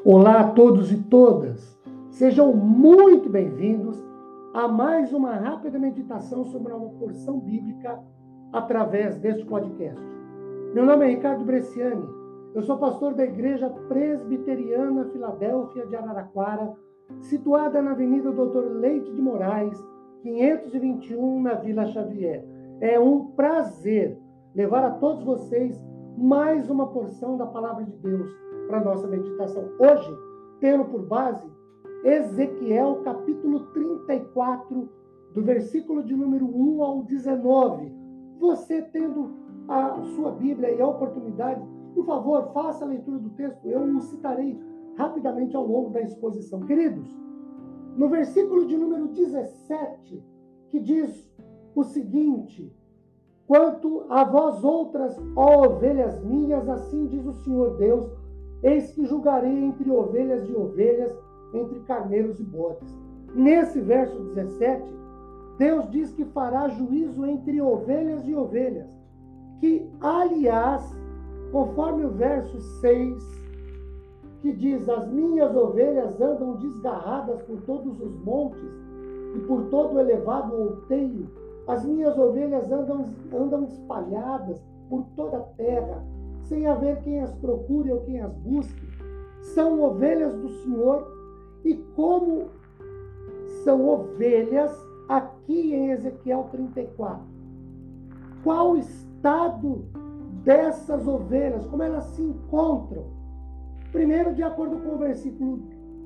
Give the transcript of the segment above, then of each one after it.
Olá a todos e todas, sejam muito bem-vindos a mais uma rápida meditação sobre uma porção bíblica através deste podcast. Meu nome é Ricardo Bresciani, eu sou pastor da Igreja Presbiteriana Filadélfia de Araraquara, situada na Avenida Doutor Leite de Moraes, 521, na Vila Xavier. É um prazer levar a todos vocês mais uma porção da Palavra de Deus para a nossa meditação. Hoje, tendo por base Ezequiel capítulo 34, do versículo de número 1 ao 19. Você tendo a sua Bíblia e a oportunidade, por favor, faça a leitura do texto. Eu o citarei rapidamente ao longo da exposição. Queridos, no versículo de número 17, que diz o seguinte: quanto a vós outras, ó ovelhas minhas, assim diz o Senhor Deus, eis que julgarei entre ovelhas e ovelhas, entre carneiros e bodes. Nesse verso 17, Deus diz que fará juízo entre ovelhas e ovelhas, que, aliás, conforme o verso 6, que diz: as minhas ovelhas andam desgarradas por todos os montes e por todo o elevado outeiro, as minhas ovelhas andam espalhadas por toda a terra, sem haver quem as procure ou quem as busque. São ovelhas do Senhor, e como são ovelhas, aqui em Ezequiel 34, qual o estado dessas ovelhas, como elas se encontram? Primeiro, de acordo com o versículo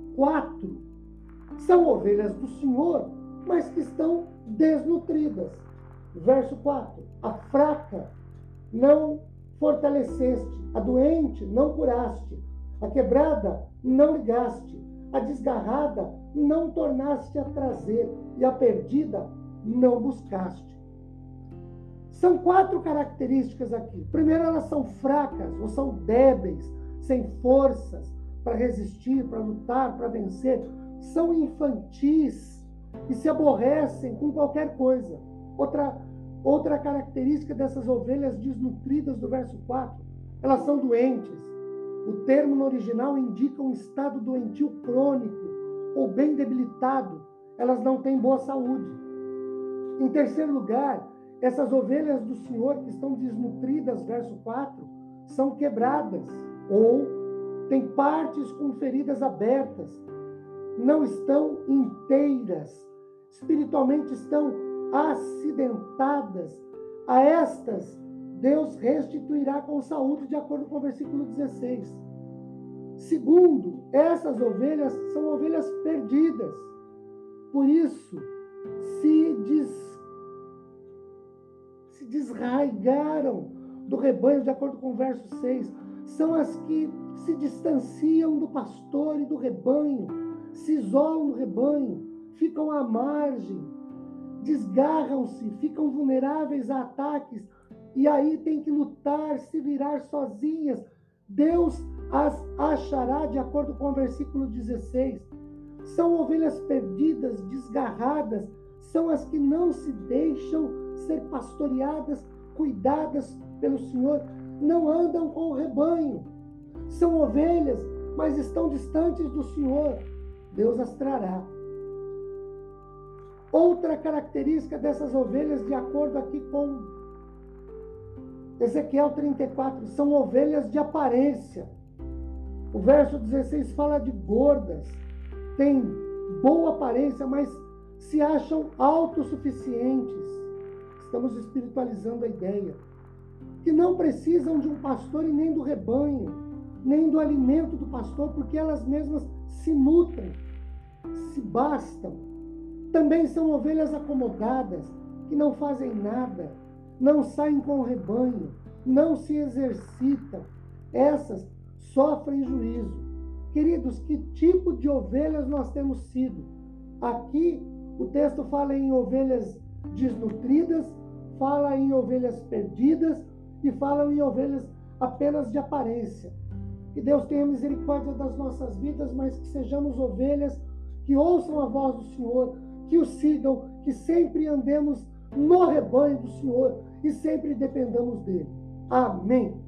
4, são ovelhas do Senhor, mas que estão desnutridas. Verso 4, a fraca não fortaleceste, a doente não curaste, a quebrada não ligaste, a desgarrada não tornaste a trazer, e a perdida não buscaste. São 4 características aqui. Primeiro, elas são fracas ou são débeis, sem forças para resistir, para lutar, para vencer. São infantis e se aborrecem com qualquer coisa. Outra característica dessas ovelhas desnutridas do verso 4, elas são doentes. O termo no original indica um estado doentio crônico ou bem debilitado. Elas não têm boa saúde. Em terceiro lugar, essas ovelhas do Senhor que estão desnutridas, verso 4, são quebradas ou têm partes com feridas abertas. Não estão inteiras. Espiritualmente estão acidentadas. A estas, Deus restituirá com saúde, de acordo com o versículo 16. Segundo, essas ovelhas são ovelhas perdidas. Por isso, se desraigaram do rebanho, de acordo com o verso 6. São as que se distanciam do pastor e do rebanho, se isolam do rebanho, ficam à margem, desgarram-se, ficam vulneráveis a ataques, e aí tem que lutar, se virar sozinhas. Deus as achará, de acordo com o versículo 16. São ovelhas perdidas, desgarradas, são as que não se deixam ser pastoreadas, cuidadas pelo Senhor, não andam com o rebanho. São ovelhas, mas estão distantes do Senhor. Deus as trará. Outra característica dessas ovelhas, de acordo aqui com Ezequiel 34, são ovelhas de aparência. O verso 16 fala de gordas, têm boa aparência, mas se acham autossuficientes. Estamos espiritualizando a ideia. Que não precisam de um pastor e nem do rebanho, nem do alimento do pastor, porque elas mesmas se nutrem, se bastam. Também são ovelhas acomodadas, que não fazem nada, não saem com o rebanho, não se exercitam. Essas sofrem juízo. Queridos, que tipo de ovelhas nós temos sido? Aqui o texto fala em ovelhas desnutridas, fala em ovelhas perdidas e fala em ovelhas apenas de aparência. Que Deus tenha misericórdia das nossas vidas, mas que sejamos ovelhas que ouçam a voz do Senhor, que o sigam, que sempre andemos no rebanho do Senhor e sempre dependamos dele. Amém.